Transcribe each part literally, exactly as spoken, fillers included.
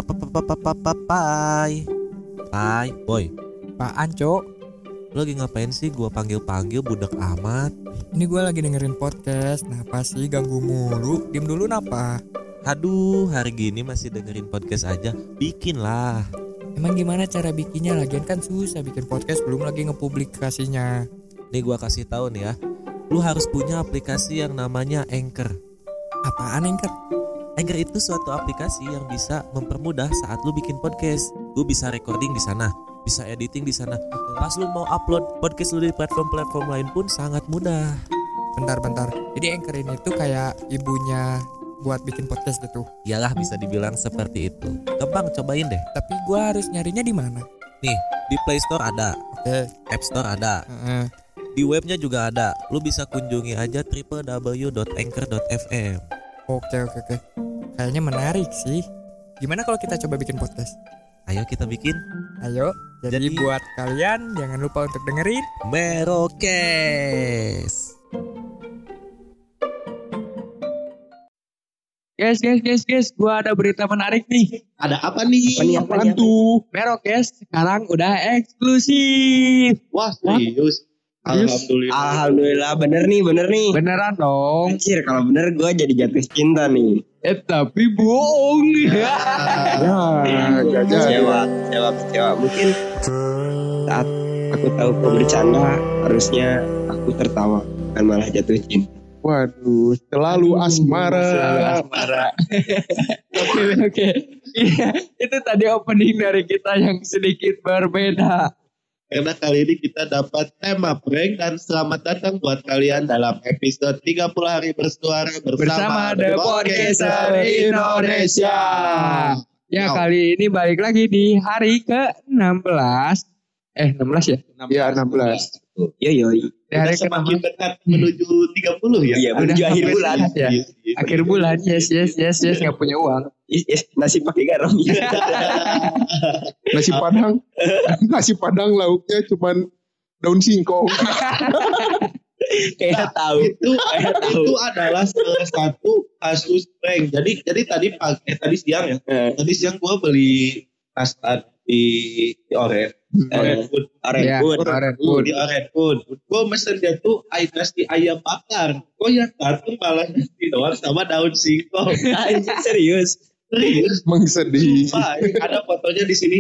Pai, Pai, boy. Apaan, Cok? Lu lagi ngapain sih? Gua panggil-panggil budak amat. Ini gue lagi dengerin podcast. Napa sih ganggu mulu? Diem dulu napa? Aduh, hari gini masih dengerin podcast aja. Bikin lah. Emang gimana cara bikinnya? Lagian kan susah bikin podcast, belum lagi ngepublikasinya. Nih gua kasih tahu nih ya. Lu harus punya aplikasi yang namanya Anchor. Apaan, Anchor? Anchor itu suatu aplikasi yang bisa mempermudah saat lu bikin podcast. Lu bisa recording di sana, bisa editing di sana. Pas lu mau upload podcast lu di platform-platform lain pun sangat mudah. Bentar-bentar. Jadi Anchor ini tuh kayak ibunya buat bikin podcast gitu. Iyalah, bisa dibilang seperti itu. Gampang, cobain deh. Tapi gue harus nyarinya di mana? Nih, di Play Store ada, Oke. App Store ada, Heeh. di webnya juga ada. Lu bisa kunjungi aja w w w dot anchor dot f m. Oke, oke, oke. Kayaknya menarik sih. Gimana kalau kita coba bikin podcast? Ayo kita bikin Ayo. Jadi, Jadi- buat kalian jangan lupa untuk dengerin. Merokes. Guys, guys, guys, guys, gua ada berita menarik nih. Ada apa nih? Apa nih, apa nih, apa tuh? Merokes sekarang udah eksklusif. Wah, serius. Alhamdulillah. Alhamdulillah bener nih bener nih. Beneran dong. Anjir kalau bener gue jadi jatuh cinta nih. Eh tapi bohong. Ya, gajah. Kecewa, kecewa, kecewa. Mungkin saat aku tahu kau bercanda, harusnya aku tertawa dan malah jatuh cinta. Waduh, selalu asmara. Selalu asmara. Oke, oke. Iya, itu tadi opening dari kita yang sedikit berbeda. Karena kali ini kita dapat tema prank dan selamat datang buat kalian dalam episode tiga puluh hari bersuara bersama, Bersama The Podcaster Indonesia. Ya, Wow. kali ini balik lagi di hari ke enam belas. Eh, enam belas ya? Ya, enam belas. Yo yo. Di hari Udah ke semakin dekat menuju tiga puluh ya. Iya, menuju Udah akhir sampai bulan. sekarang. Ya. Iya, iya. Akhir bulan, yes, yes, yes, yes, nggak punya uang. Is, is, nasi pakai garam. Nasi padang, nasi padang lauknya cuman daun singkong. Kayak tahu. Itu Kayak tahu. itu adalah salah satu kasus prank. Jadi jadi tadi pagi, eh, tadi siang ya. Eh, Tadi siang gua beli nastar di di Oren. Oren Food. Orange Ya, food. Orange Food, Food. di Orange Food. Gue mesen dia tuh ay- nasi ayam bakar. Kok yang datang malah nasi doang sama daun singkong. Anjir serius. Serius. Emang sedih. Sumpah, ada fotonya di sini.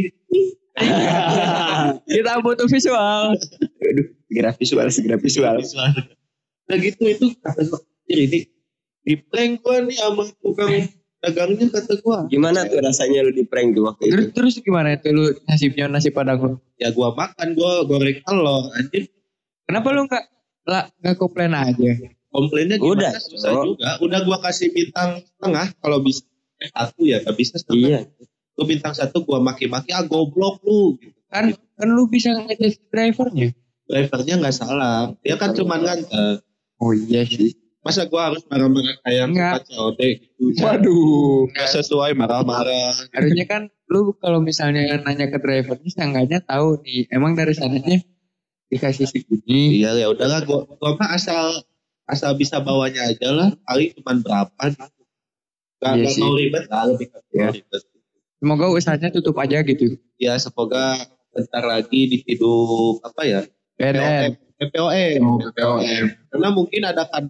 Kita butuh visual. Aduh, segera visual, segera visual. Nah gitu itu kata gue. Ini di prank gue nih sama tukang dagangnya kata gue. Gimana tuh rasanya lu di prank tuh waktu itu? Terus terus gimana itu lu nasibnya nasi padang lu? Ya gue makan, gue goreng telur. Anjir Kenapa lu nggak lah nggak komplain aja? komplainnya gimana Udah, susah oh. juga. Udah gue kasih bintang setengah kalau bisa. Eh, satu ya, gak bisa setengah. Iya. Gue bintang satu gue maki-maki, ah goblok lu. Gitu. Kan kan lu bisa ngecek drivernya. Drivernya nggak salah, dia kan cuma nganter. Oh iya sih. Masa gue harus marah-marah kayak Enggak. tempat C O D gitu? Waduh. Nggak sesuai marah-marah. Harusnya kan lu kalau misalnya nanya ke drivernya seenggaknya tahu nih emang dari sananya dikasih segini. Iya ya udahlah, gue gue mah asal asal bisa bawanya aja lah. Kali cuma berapa? Gitu. Gak, Iya gak sih. mau ribet lah, lebih ke Iya. ribet. Semoga usahanya tutup aja gitu. Ya semoga bentar lagi dihidup apa ya? P N N. P P O M. Oh, P P O M. Karena mungkin ada kan.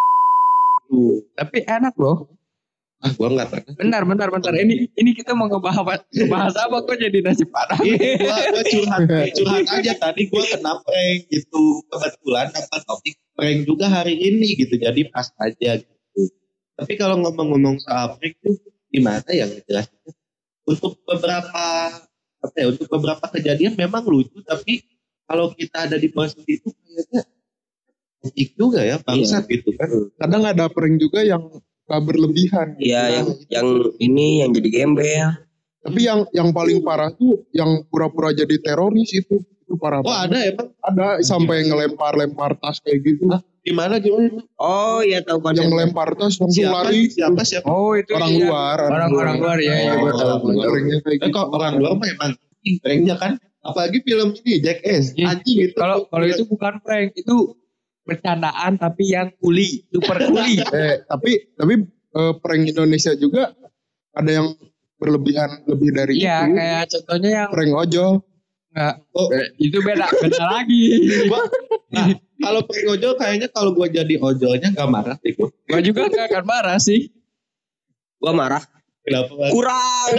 Tapi enak loh. Ah, gue nggak pernah. Bentar, bentar, bentar. Ini ini kita mau ngebahas apa? Ngebahas apa kok jadi nasi padang? Ini gua, gua curhat, curhat aja tadi gue kena prank gitu. Kebetulan dapat topik prank juga hari ini gitu. Jadi pas aja gitu. Tapi kalau ngomong-ngomong soal prank tuh gimana ya ngejelasinnya? Untuk beberapa apa ya? Untuk beberapa kejadian memang lucu, tapi kalau kita ada di posisi itu kayaknya anjing juga ya, bangsat gitu kan. Kadang ada prank juga yang gak berlebihan. Iya, yang yang ini yang jadi gembel. Tapi yang yang paling parah tuh yang pura-pura jadi teroris itu. Itu parah Oh banget. ada emang? Ada sampai ngelempar-lempar tas kayak gitu. Gimana gimana? Oh iya tahu konsep. Yang ngelempar tas langsung Siapa? lari. Siapa siapa? Oh itu Orang iya. luar. Orang-orang luar ya, ya gue tahu. Pranknya kayak Eh gitu. kok orang luar mah emang pranknya kan? Apalagi film ini Jackass, Iya. anjing itu. Kalau kalau itu bukan prank, itu bercandaan tapi yang kuli, super kuli. Eh tapi tapi eh, prank Indonesia juga ada yang berlebihan lebih dari Iya, itu. kayak contohnya yang Prank ojol. enggak. Oh. Itu beda, beda lagi. Gua, nah, kalau prank ojol kayaknya kalau gue jadi ojolnya gak marah sih gua. Gua juga gak akan marah sih. Gua marah. Kenapa? Kurang.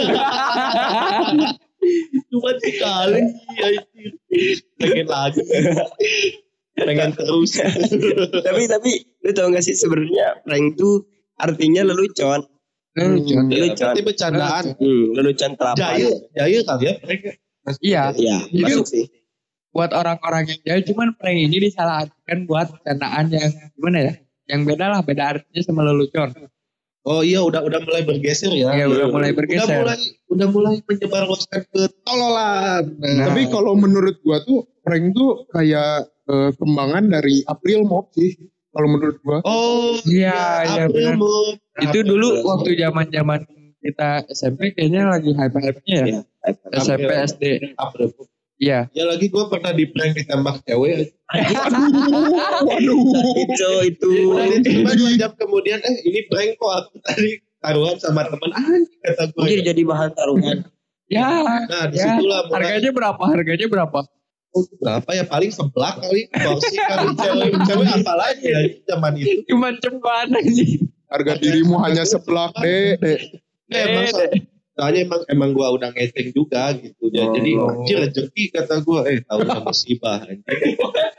Cuma sekali anjir. Pengen lagi. Pengen terus. tapi tapi lu tau gak sih sebenarnya prank tuh artinya lelucon. Lelucon. Lelucon. Berarti bercandaan. Hmm, lelucon telapak. Jahil, jahil kali ya mereka. Iya. Iya, Jadi- masuk sih. Buat orang-orang yang jahil, cuman prank ini disalahartikan buat bercandaan yang gimana ya? Yang beda lah, beda artinya sama lelucon. Oh iya udah udah mulai bergeser ya. Iya, udah mulai Udah bergeser. mulai udah mulai menyebarluaskan ketololan. Nah, Tapi kalau menurut gua tuh prank tuh kayak eh, kembangan dari April Mop sih. Kalau menurut gua. oh Iya, iya, April benar. Mop. Itu dulu waktu zaman-zaman kita S M P kayaknya lagi hype-hype-nya ya. Iya. S M P, S D. April Mop. Iya. Ya lagi gue pernah di prank ditembak cewek. Waduh. Itu itu. Udah diterima dua jam kemudian, eh ini prank kok aku tadi taruhan sama teman anjing kata gue. Jadi jadi bahan taruhan. Ya. Nah Ya. disitulah mulai Harganya berapa? Harganya berapa? oh, berapa ya paling seblak kali porsi kali cewek cewek apa lagi ya zaman itu. Cuman cepat aja. Harga dirimu hanya seblak deh. deh. Eh, emang so- soalnya emang emang gue udah ngeceng juga gitu. Ya, Oh. Jadi anjir rezeki kata gue, eh tahunya musibah. anjing.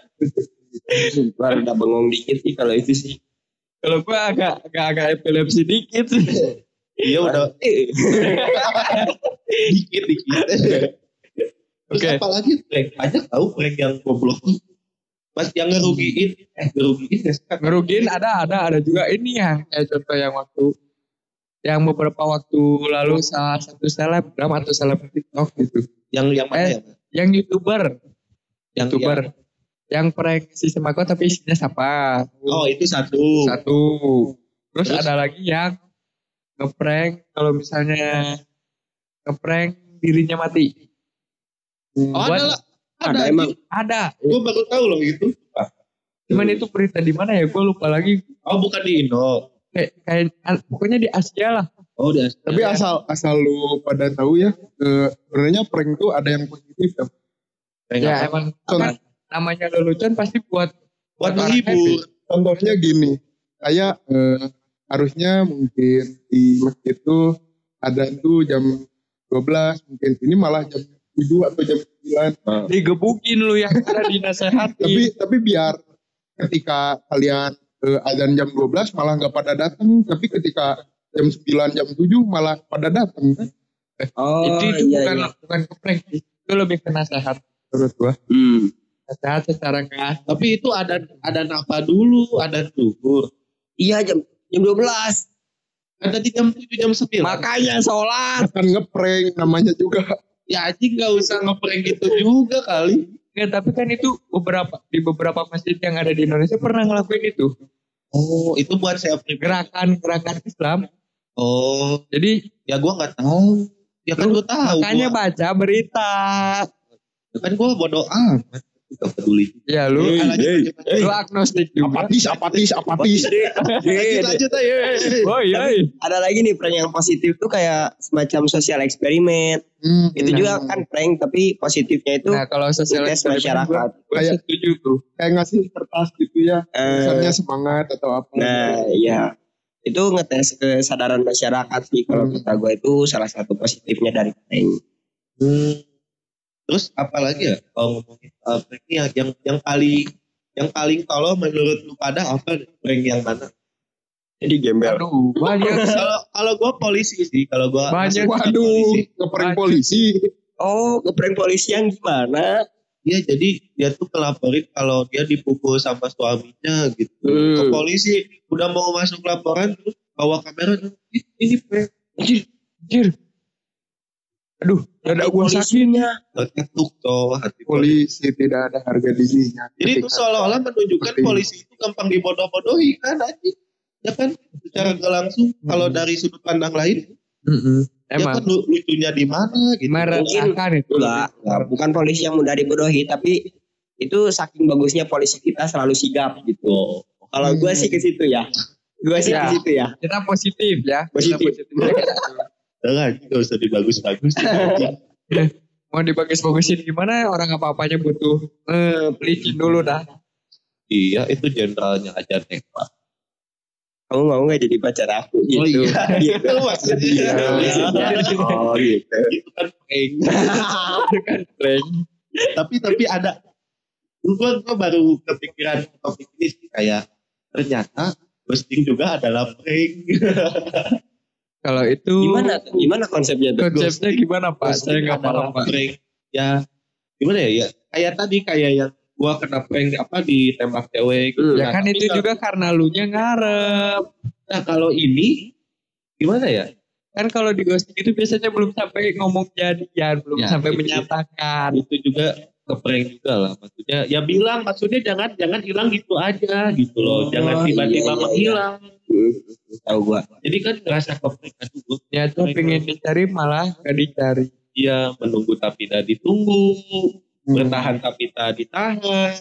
Baru udah bengong dikit sih kalau itu sih. Kalau gua agak agak agak epilepsi dikit. Iya udah Eh, dikit dikit. Terus Oke. apalagi prank banyak tahu prank yang goblok tuh. Mas yang ngerugiin, eh ngerugiin ya sekarang. Ngerugiin ada ada ada juga ini yang kayak contoh yang waktu yang beberapa waktu lalu salah satu selebgram atau seleb TikTok gitu. Yang yang mana Eh, ya? Yang YouTuber, Yang YouTuber yang prank si sembako tapi isinya siapa? Oh itu satu. Satu. Terus, Terus? ada lagi yang ngeprank kalau misalnya ngeprank dirinya mati. Oh Buat- ada lah. ada Ada emang. Ada. Gue baru tahu loh itu. Cuman itu berita di mana ya? Gue lupa lagi. Oh bukan di Indo. Kayak, kayak pokoknya di Asia lah. Oh di Asia. Tapi asal asal lu pada tahu ya, eh, sebenarnya prank tuh ada yang positif kan. Prank Ya apa? emang Contoh- kan namanya lelucon pasti buat buat orang happy. menghibur. Contohnya gini, kayak eh, harusnya mungkin di masjid tuh ada tuh jam dua belas, mungkin ini malah jam tujuh atau jam sembilan. Digebukin lu yang ada dinasehatin. Tapi tapi biar ketika kalian eh, adzan jam dua belas malah nggak pada datang, tapi ketika jam sembilan jam tujuh malah pada datang kan. Oh, itu itu iya, bukan iya. bukan keprank sih. Itu lebih ke nasihat. Menurut gua. Hmm. Nasihat secara nggak Tapi itu ada ada apa dulu, ada duhur. Iya jam jam dua belas. Ada di jam tujuh jam sembilan. makanya sholat. Akan ngeprank namanya juga. Ya anjing gak usah ngeprank gitu juga kali. Nggak, tapi kan itu beberapa di beberapa masjid yang ada di Indonesia pernah ngelakuin itu. Oh itu buat saya pribadi. Gerakan-gerakan Islam. Oh Jadi ya gue nggak tahu. Ya kan gue tahu. makanya gua. baca berita. Ya kan gue bodo amat. Gak peduli. Ya lu, Eh, lanjut, lanjut, lu agnostik juga. Apatis, apatis, apatis. lanjut, lanjut aja. Oh iya. Ada lagi nih prank yang positif tuh kayak semacam sosial eksperimen. Hmm, Itu juga kan prank tapi positifnya itu Nah kalau sosial tes eksperimen masyarakat. gue Kayak- setuju tuh. kayak ngasih kertas gitu ya. Eh, Misalnya semangat atau apa. Nah, iya. Itu ngetes kesadaran masyarakat sih kalau Hmm. kata gue itu salah satu positifnya dari prank. Hmm. Terus apalagi ya kalau ngomongin uh, prank ini yang, yang yang paling yang paling tolol menurut lu pada apa prank yang mana? Jadi gembel. Aduh banyak. Kalau kalau gue polisi sih, kalau gue Banyak. Waduh, ngeprank polisi. Oh, ngeprank polisi yang gimana? Iya jadi dia tuh ngelaporin kalau dia dipukul sama suaminya gitu Hmm. ke polisi. Udah mau masuk laporan terus bawa kamera ini, ini prank. Anjir. Anjir. Aduh, dada gua sakit. Polisinya. Ketuk tuh hati polisi. Polisi tidak ada harga dirinya. Jadi itu Ketika- seolah-olah menunjukkan Seperti- polisi itu gampang dibodoh-bodohi kan anjing. Ya kan secara nggak langsung kalau dari sudut pandang lain ya Emang kan lu- lucunya di mana gitu. meresahkan itu. Enggak, enggak, bukan polisi yang mudah dibodohi, tapi itu saking bagusnya polisi kita selalu sigap gitu. Kalau gue sih ke situ ya. Gue sih Ya. ke situ ya. Kita positif ya. Kita Positif. positif. Udah gak usah dibagus-bagus. Mau dibagus-bagusin gimana? Orang apa-apanya butuh eh, pelicin dulu dah. Iya, itu jenderalnya aja Pak. Kamu mau gak jadi pacar aku gitu? Oh iya, gitu. itu maksudnya. Oh gitu. Itu kan prank. Itu kan prank. tapi tapi ada, gue gue baru kepikiran topik ini sih, kayak ternyata ghosting juga adalah prank. Kalau itu Gimana? Gimana konsepnya tuh? konsepnya gimana Pak? Ghosting Saya nggak adalah paham Pak. prank. Ya gimana ya? Ya kayak tadi kayak yang gua kena prank apa di tembak cewek gitu. Ya Nah, kan tapi itu kalau- juga karena lu nya ngarep. Nah kalau ini gimana ya? Kan kalau di ghosting itu biasanya belum sampai ngomong jadian, belum Ya, sampai itu- menyatakan. Itu juga ke-prank juga lah maksudnya. Ya bilang maksudnya jangan jangan hilang gitu aja gitu loh. Oh, Jangan tiba-tiba iya, iya, menghilang. Hmm, tahu gua. Jadi kan ngerasa ke-prank aduh gua Ya tuh pengen dicari malah gak dicari. dia menunggu tapi tidak ditunggu, Hmm. bertahan tapi tak ditahan.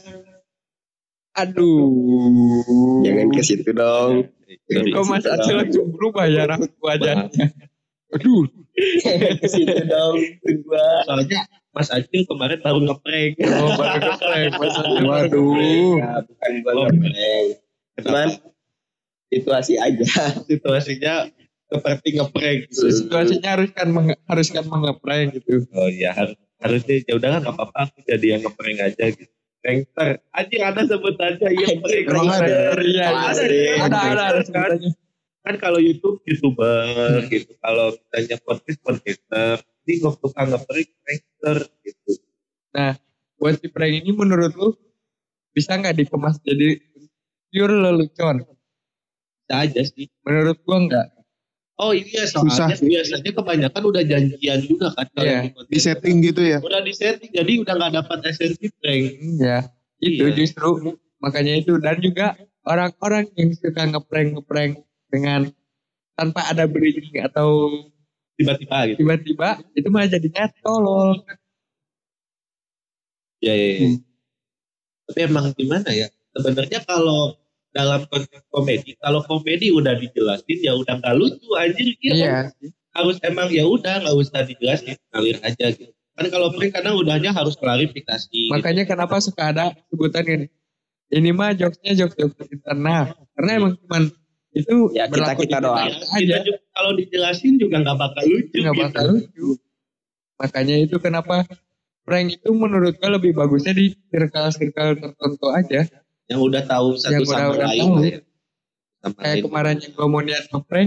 Aduh. Jangan ke situ dong. Sorry. Kok Mas Acil langsung berubah ya rambut wajahnya. Aduh. Jangan ke situ dong. Gua. Soalnya Mas Acil kemarin baru ngeprank. Oh baru ngeprank. Mas Acil baru Waduh. ngeprank. Ya, bukan gua ngeprank. Cuman situasi aja. Situasinya seperti ngeprank. gitu. Situasinya harus kan menge, harus kan mengeprank gitu. Oh iya harus harusnya ya udah kan apa-apa aku jadi yang ngeprank aja gitu. Prankster. Anjing ada sebut aja iya prank. Emang ada? Iya, Ada, ada, ada, ada, ada kan? sebutannya. Kan kalau YouTube YouTuber gitu. Kalau misalnya podcast podcaster. Ini gue suka ngeprank prankster gitu. Buat si prank ini menurut lu bisa nggak dikemas jadi pure lelucon? Bisa aja sih. Menurut gua nggak. Oh iya Susah soalnya sih. biasanya kebanyakan udah janjian juga kan. kalau Iya, di podcast. Di setting gitu ya. Udah di setting jadi udah gak dapat esensi prank. Ya, itu Iya. justru makanya itu dan juga orang-orang yang suka ngeprank ngeprank dengan tanpa ada bridging atau Tiba-tiba gitu. tiba-tiba itu malah jadinya tolol. Ya, ya, ya. Hmm. Tapi emang gimana ya? Sebenarnya kalau dalam konteks komedi, kalau komedi udah dijelasin ya udah nggak lucu anjir gitu. Iya. Harus emang ya udah nggak usah dijelasin, ngalir aja gitu. Kan kalau prank kadang udahnya harus klarifikasi. Makanya kenapa suka ada sebutan gini. Ini mah jokesnya jokes-jokes internal. Karena emang cuman itu Ya, berlaku kita-kita di doang. kita Kita aja. juga, kalau dijelasin juga nggak bakal lucu. Nggak gitu. bakal lucu. Makanya itu kenapa prank itu menurut gue lebih bagusnya di circle-circle tertentu aja. Yang udah tahu satu Yang sama udah-udah lain. tahu. Sama Kayak lain. kemarin yang gue mau niat ngeprank.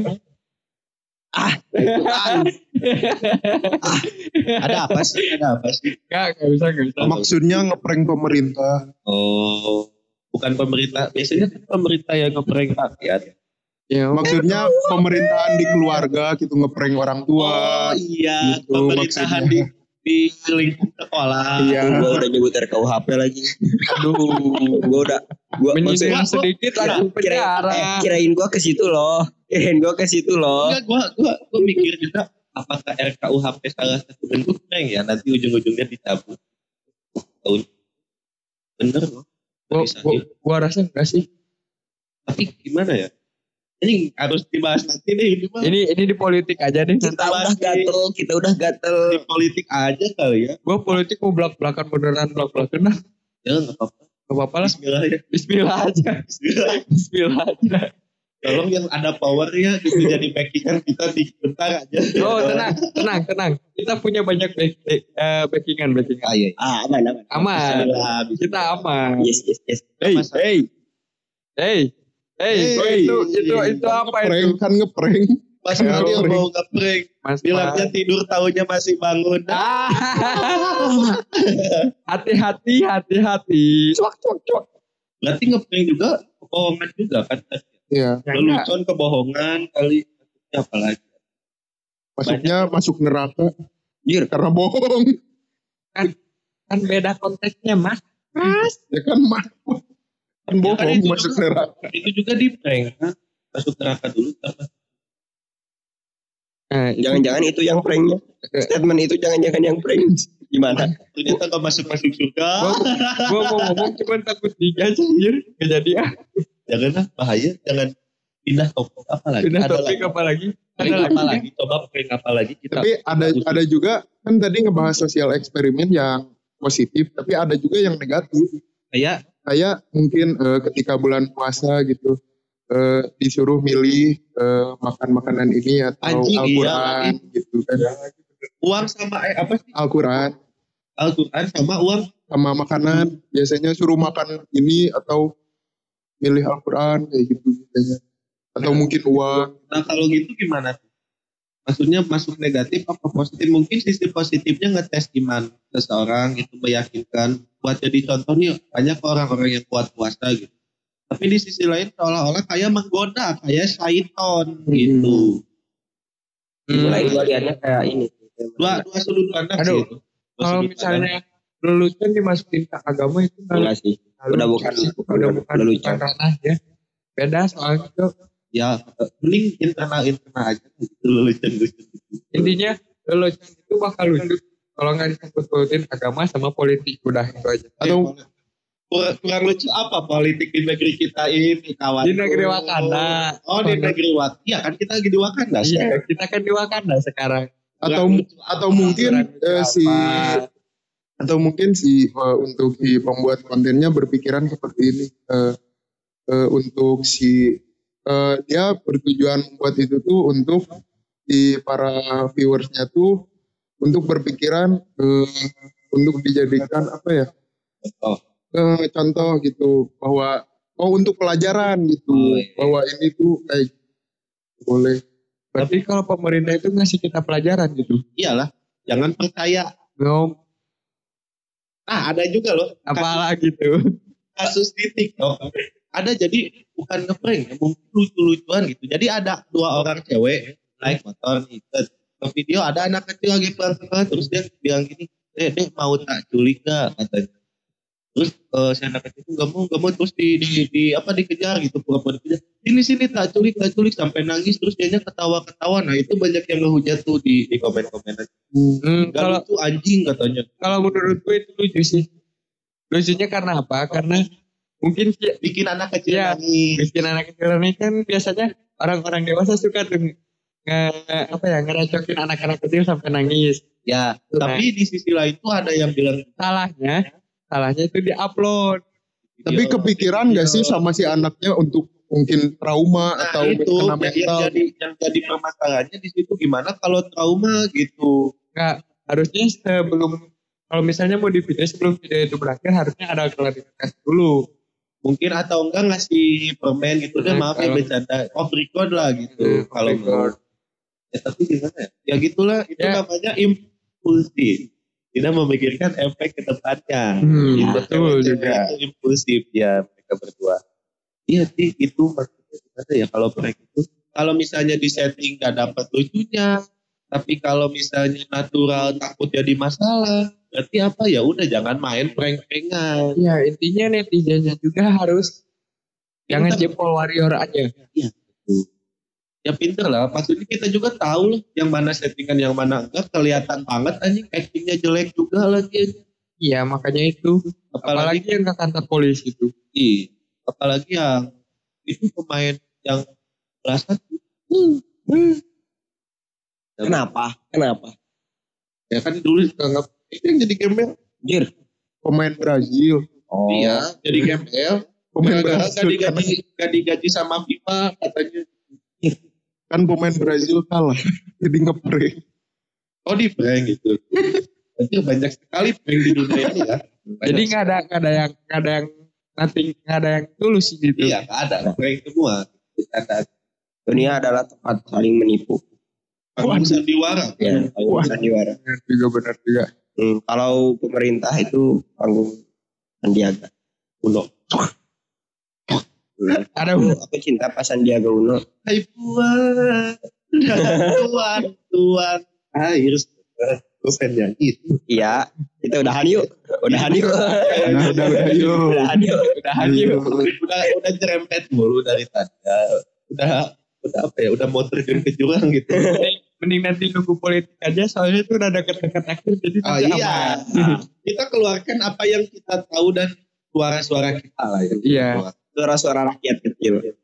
Ada apa sih? Ada apa sih? Gak, gak bisa, gak bisa. Maksudnya ngeprank pemerintah. Oh, bukan pemerintah. Biasanya kan pemerintah yang ngeprank rakyat. Ya, Maksudnya pemerintahan di keluarga gitu ngeprank orang tua. Oh iya, Gitu pemerintahan di maksudnya. di lingkup sekolah. Iya. Gua udah nyebut R K U H P lagi. aduh. Gua udah. Gua Menyindir maksudnya- sedikit langsung Kirain, eh, penjara. kirain gua ke situ loh. Kirain gua ke situ loh. Enggak, gua gua gua mikir juga apakah R K U H P salah satu bentuk prank ya? Nanti ujung-ujungnya dicabut. Tahun. Bener loh. Gua, Bisa gua, gitu. gua rasa enggak sih. Tapi gimana ya? Ini harus dibahas nanti nih. Ini mah Ini ini di politik aja deh. Kita udah gatel, kita udah gatel. di politik aja kali ya. Gua politik mau belak-belakan beneran belak-belakan nah. Ya nggak apa-apa. Gak apa-apa lah. Bismillah ya. Bismillah aja. Bismillah. Bismillah aja. Tolong yang ada power ya gitu jadi backingan kita di bentar aja. Oh tenang, tenang, tenang. Kita punya banyak back, eh, backingan, backingan. Ah, iya, iya. Ah, aman, aman. Aman. Bismillah, bismillah. Kita aman. Yes, yes, yes. Hey, Masa- hey, hey, hey, Hey, itu, itu, itu apa Ngeprank itu? kan ngeprank. Pas Ya, dia prank. mau nge-prank, Mas, bilangnya tidur tahunya masih bangun. Ah. Hati-hati, hati-hati. Cuak, cuak, cuak. Berarti nge-prank juga kebohongan juga kan? Iya. Ya, enggak. Lelucon kebohongan kali. Apa lagi? Masuknya masuk neraka. Jir. Karena bohong. Kan beda konteksnya, Mas. Mas. Ya kan mah. Kan Ya kan bohong itu masuk juga- neraka. Itu juga di prank. Hah? Masuk neraka dulu. Apa? Nah, itu- Jangan-jangan itu yang pranknya. Statement itu jangan-jangan yang prank. Gimana? Ternyata gak masuk-masuk surga. Gua mau ngomong cuman takut digas anjir. Gak jadi ah. Jangan lah, bahaya. Jangan pindah topik apa lagi. Pindah Ada topik lagi. apa lagi? Prank Ada apa lagi. lagi? Coba prank apa lagi kita. Tapi ada usul. ada juga kan tadi ngebahas sosial eksperimen yang positif, tapi ada juga yang negatif. Kayak Kayak mungkin eh, ketika bulan puasa gitu eh, disuruh milih eh, makan makanan ini atau Anjing, Al-Quran gitu kan. uang sama eh apa sih? Al-Quran Al-Quran sama uang. sama makanan biasanya suruh makan ini atau milih Al-Quran kayak gitu biasanya. Atau mungkin uang. Nah kalau gitu gimana tuh? Maksudnya masuk negatif apa positif? Mungkin sisi positifnya ngetes iman seseorang gitu, meyakinkan buat jadi contoh nih banyak orang-orang yang kuat puasa gitu. Tapi di sisi lain seolah-olah kayak menggoda, kayak syaiton gitu. Mulai gua lihatnya kayak ini. Dua dua sudut pandang Aduh, sih itu. Dua Kalau sudut misalnya lelucon dimasukin ke agama itu nggak Enggak sih. Udah bukan bukan udah bukan lelucon. bukan ranahnya. Beda soalnya itu ya mending internal internal aja gitu lucu-lucu. intinya lelucon itu bakal lucu kalau nggak disangkut-pautin agama sama politik, udah itu aja. Atau kurang, kurang lucu apa politik di negeri kita ini kawan? Di negeri Wakanda. Oh di negeri Wakanda. Iya kan kita lagi di Wakanda. Iya, Shay. kita kan di Wakanda sekarang. atau Kurang lucu atau mungkin Aturan eh, si apa? atau mungkin si eh, untuk si pembuat kontennya berpikiran seperti ini eh, eh, untuk si eh, dia bertujuan membuat itu tuh untuk si para viewersnya tuh untuk berpikiran eh, untuk dijadikan apa ya Oh. eh, contoh gitu bahwa oh untuk pelajaran gitu Oh, iya. bahwa ini tuh kayak boleh. Berarti kalau pemerintah itu ngasih kita pelajaran gitu. Iyalah, jangan percaya. No, Nah ada juga loh apalah gitu. kasus di TikTok. Ada jadi bukan ngeprank, ya, mungkin lucu-lucuan gitu. Jadi ada dua orang cewek naik motor nih, ke ke video ada anak kecil lagi pelan-pelan terus dia bilang gini, "Dek, Dek mau tak culik gak?" katanya. Terus eh, si anak kecil itu gak mau, gak mau terus di, di, di apa dikejar gitu, pura-pura dikejar. Sini sini tak culik, tak culik sampai nangis terus dianya ketawa-ketawa. Nah itu banyak yang ngehujat tuh di, di komen-komen. Hmm, Gak kalau lucu anjing katanya. kalau menurut gue itu lucu sih. Lucunya karena apa? Karena mungkin si- Bikin anak kecil Iya. nangis. bikin anak kecil ini kan biasanya orang-orang dewasa suka tuh nge, apa ya ngerecokin anak-anak kecil sampai nangis. Ya, Nah. tapi di sisi lain tuh ada yang bilang Salahnya, salahnya itu diupload. Tapi video- kepikiran gak sih sama si anaknya untuk mungkin trauma Nah atau itu kena yang, mental? jadi yang jadi permasalahannya di situ gimana kalau trauma gitu. Nggak, harusnya sebelum kalau misalnya mau di video sebelum video itu berakhir harusnya ada klarifikasi dulu. Mungkin atau enggak ngasih permen gitu deh, Nah, maaf ya kalau- bercanda off record lah gitu Hmm, kalau off mau. record. Ya tapi gimana ya? Ya gitulah itu Ya. namanya impulsif. Tidak memikirkan efek ke depannya. Hmm, Gitu, betul cewek-cewek juga. itu impulsif ya mereka berdua. Iya sih itu maksudnya gimana ya kalau prank itu. Kalau misalnya di setting gak dapat lucunya, tapi kalau misalnya natural takut jadi masalah, berarti apa ya udah jangan main prank-prankan. Ya intinya netizennya juga harus jangan Pinter. jempol warrior aja. Ya pinter lah, maksudnya kita juga tahu lah yang mana settingan yang mana enggak, kelihatan banget anjing actingnya jelek juga lagi. Iya makanya itu. Apalagi, Apalagi yang ke kantor polisi itu. Ih, apalagi yang itu pemain yang berasa uh, uh. Kenapa? Kenapa? Ya kan dulu suka nggak itu yang jadi gembel. Jir. Pemain Brazil. Oh. Iya, jadi gembel. Pemain Gara-gara Brazil gak digaji, gak digaji sama FIFA katanya. kan pemain Brazil kalah jadi ngeprank. Oh di prank gitu. Berarti banyak sekali prank di dunia ini ya. Banyak Jadi nggak ada nggak ada yang nggak ada yang nanti nggak ada yang tulus gitu. Iya, nggak ada prank semua. Ada Dunia adalah tempat saling menipu. panggung sandiwara. Ya, panggung Wah. sandiwara. Benar juga benar juga. Hmm, kalau pemerintah itu panggung Sandiaga Uno. Hmm. Ada Aku cinta Pak Sandiaga Uno. Hai puan, tuan, tuan, air. Bukan yang itu. Iya, kita udahan yuk. Udahan yuk. Udah udah udah yuk. Udahan yuk. udahan yuk. Udah udah jerempet mulu dari tadi. Ya, udah udah apa ya? Udah mau terjun ke jurang gitu. Mending, mending nanti nunggu politik aja soalnya itu udah deket-deket akhir jadi Oh nanti iya. aman. Nah, kita keluarkan apa yang kita tahu dan suara-suara kita lah ya. Iya. Suara-suara rakyat kecil.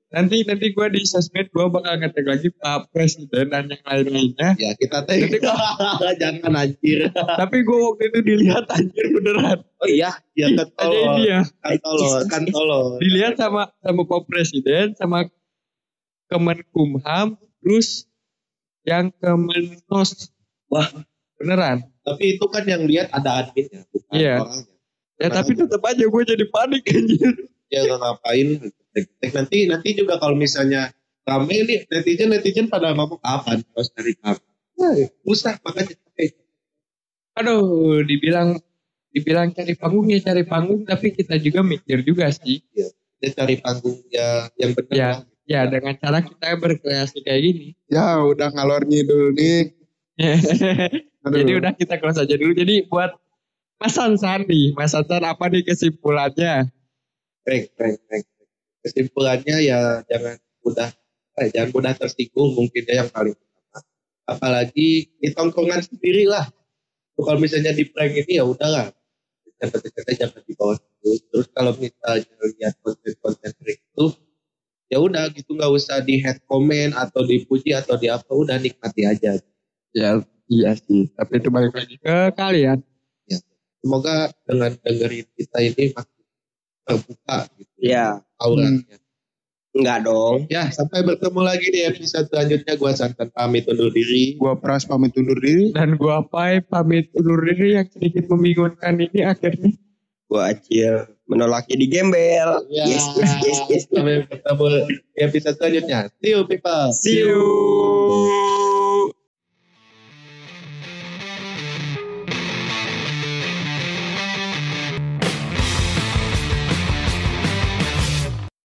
Nanti nanti gue di sosmed gue bakal ngetek lagi Pak Presiden dan yang lain-lainnya. Ya kita teh jangan anjir. Tapi gue waktu itu dilihat anjir beneran. Oh iya, ya kan Ada ini tolol. ya. Kan tolol, kan tolol. Dilihat sama sama Pak Presiden, sama Kemenkumham, terus yang Kemensos. Wah, beneran. Tapi itu kan yang lihat ada adminnya, bukan Iya. orangnya. Ya Nah, tapi tetap aja gue jadi panik anjir. Ya nggak ngapain. Nanti nanti juga kalau misalnya rame nih netizen netizen pada ngomong apa terus dari kami. Nah, usah makanya. Eh, Aduh, dibilang dibilang cari panggung ya cari panggung, tapi kita juga mikir juga sih. dia cari panggung ya yang benar. Ya, lah. ya dengan cara kita berkreasi kayak gini. Ya udah ngalor ngidul nih. Aduh. Jadi udah kita close aja dulu. Jadi buat Mas Sansan nih, Mas Sansan apa nih kesimpulannya? Prank, prank, prank. Kesimpulannya ya jangan mudah eh, jangan mudah tersinggung mungkin ya yang paling pertama. Apalagi di tongkrongan sendiri lah. Tuh, kalau misalnya di prank ini ya udahlah. Kata-kata jangan dibawa terus. Terus kalau misalnya lihat konten-konten prank itu ya udah gitu nggak usah di head comment atau dipuji atau di apa, udah nikmati aja. Ya, iya sih. Tapi itu balik lagi ke kalian. Semoga dengan dengerin kita ini makin terbuka gitu Ya, auranya. enggak dong. Ya, sampai bertemu lagi di episode selanjutnya. Gua Santan pamit undur diri. Gua Pras pamit undur diri. Dan gua Pai pamit undur diri yang sedikit membingungkan ini akhirnya. Gua Acil menolaknya di gembel. Ya, Yes, yes, yes, yes. Sampai bertemu di episode selanjutnya. See you people. See you.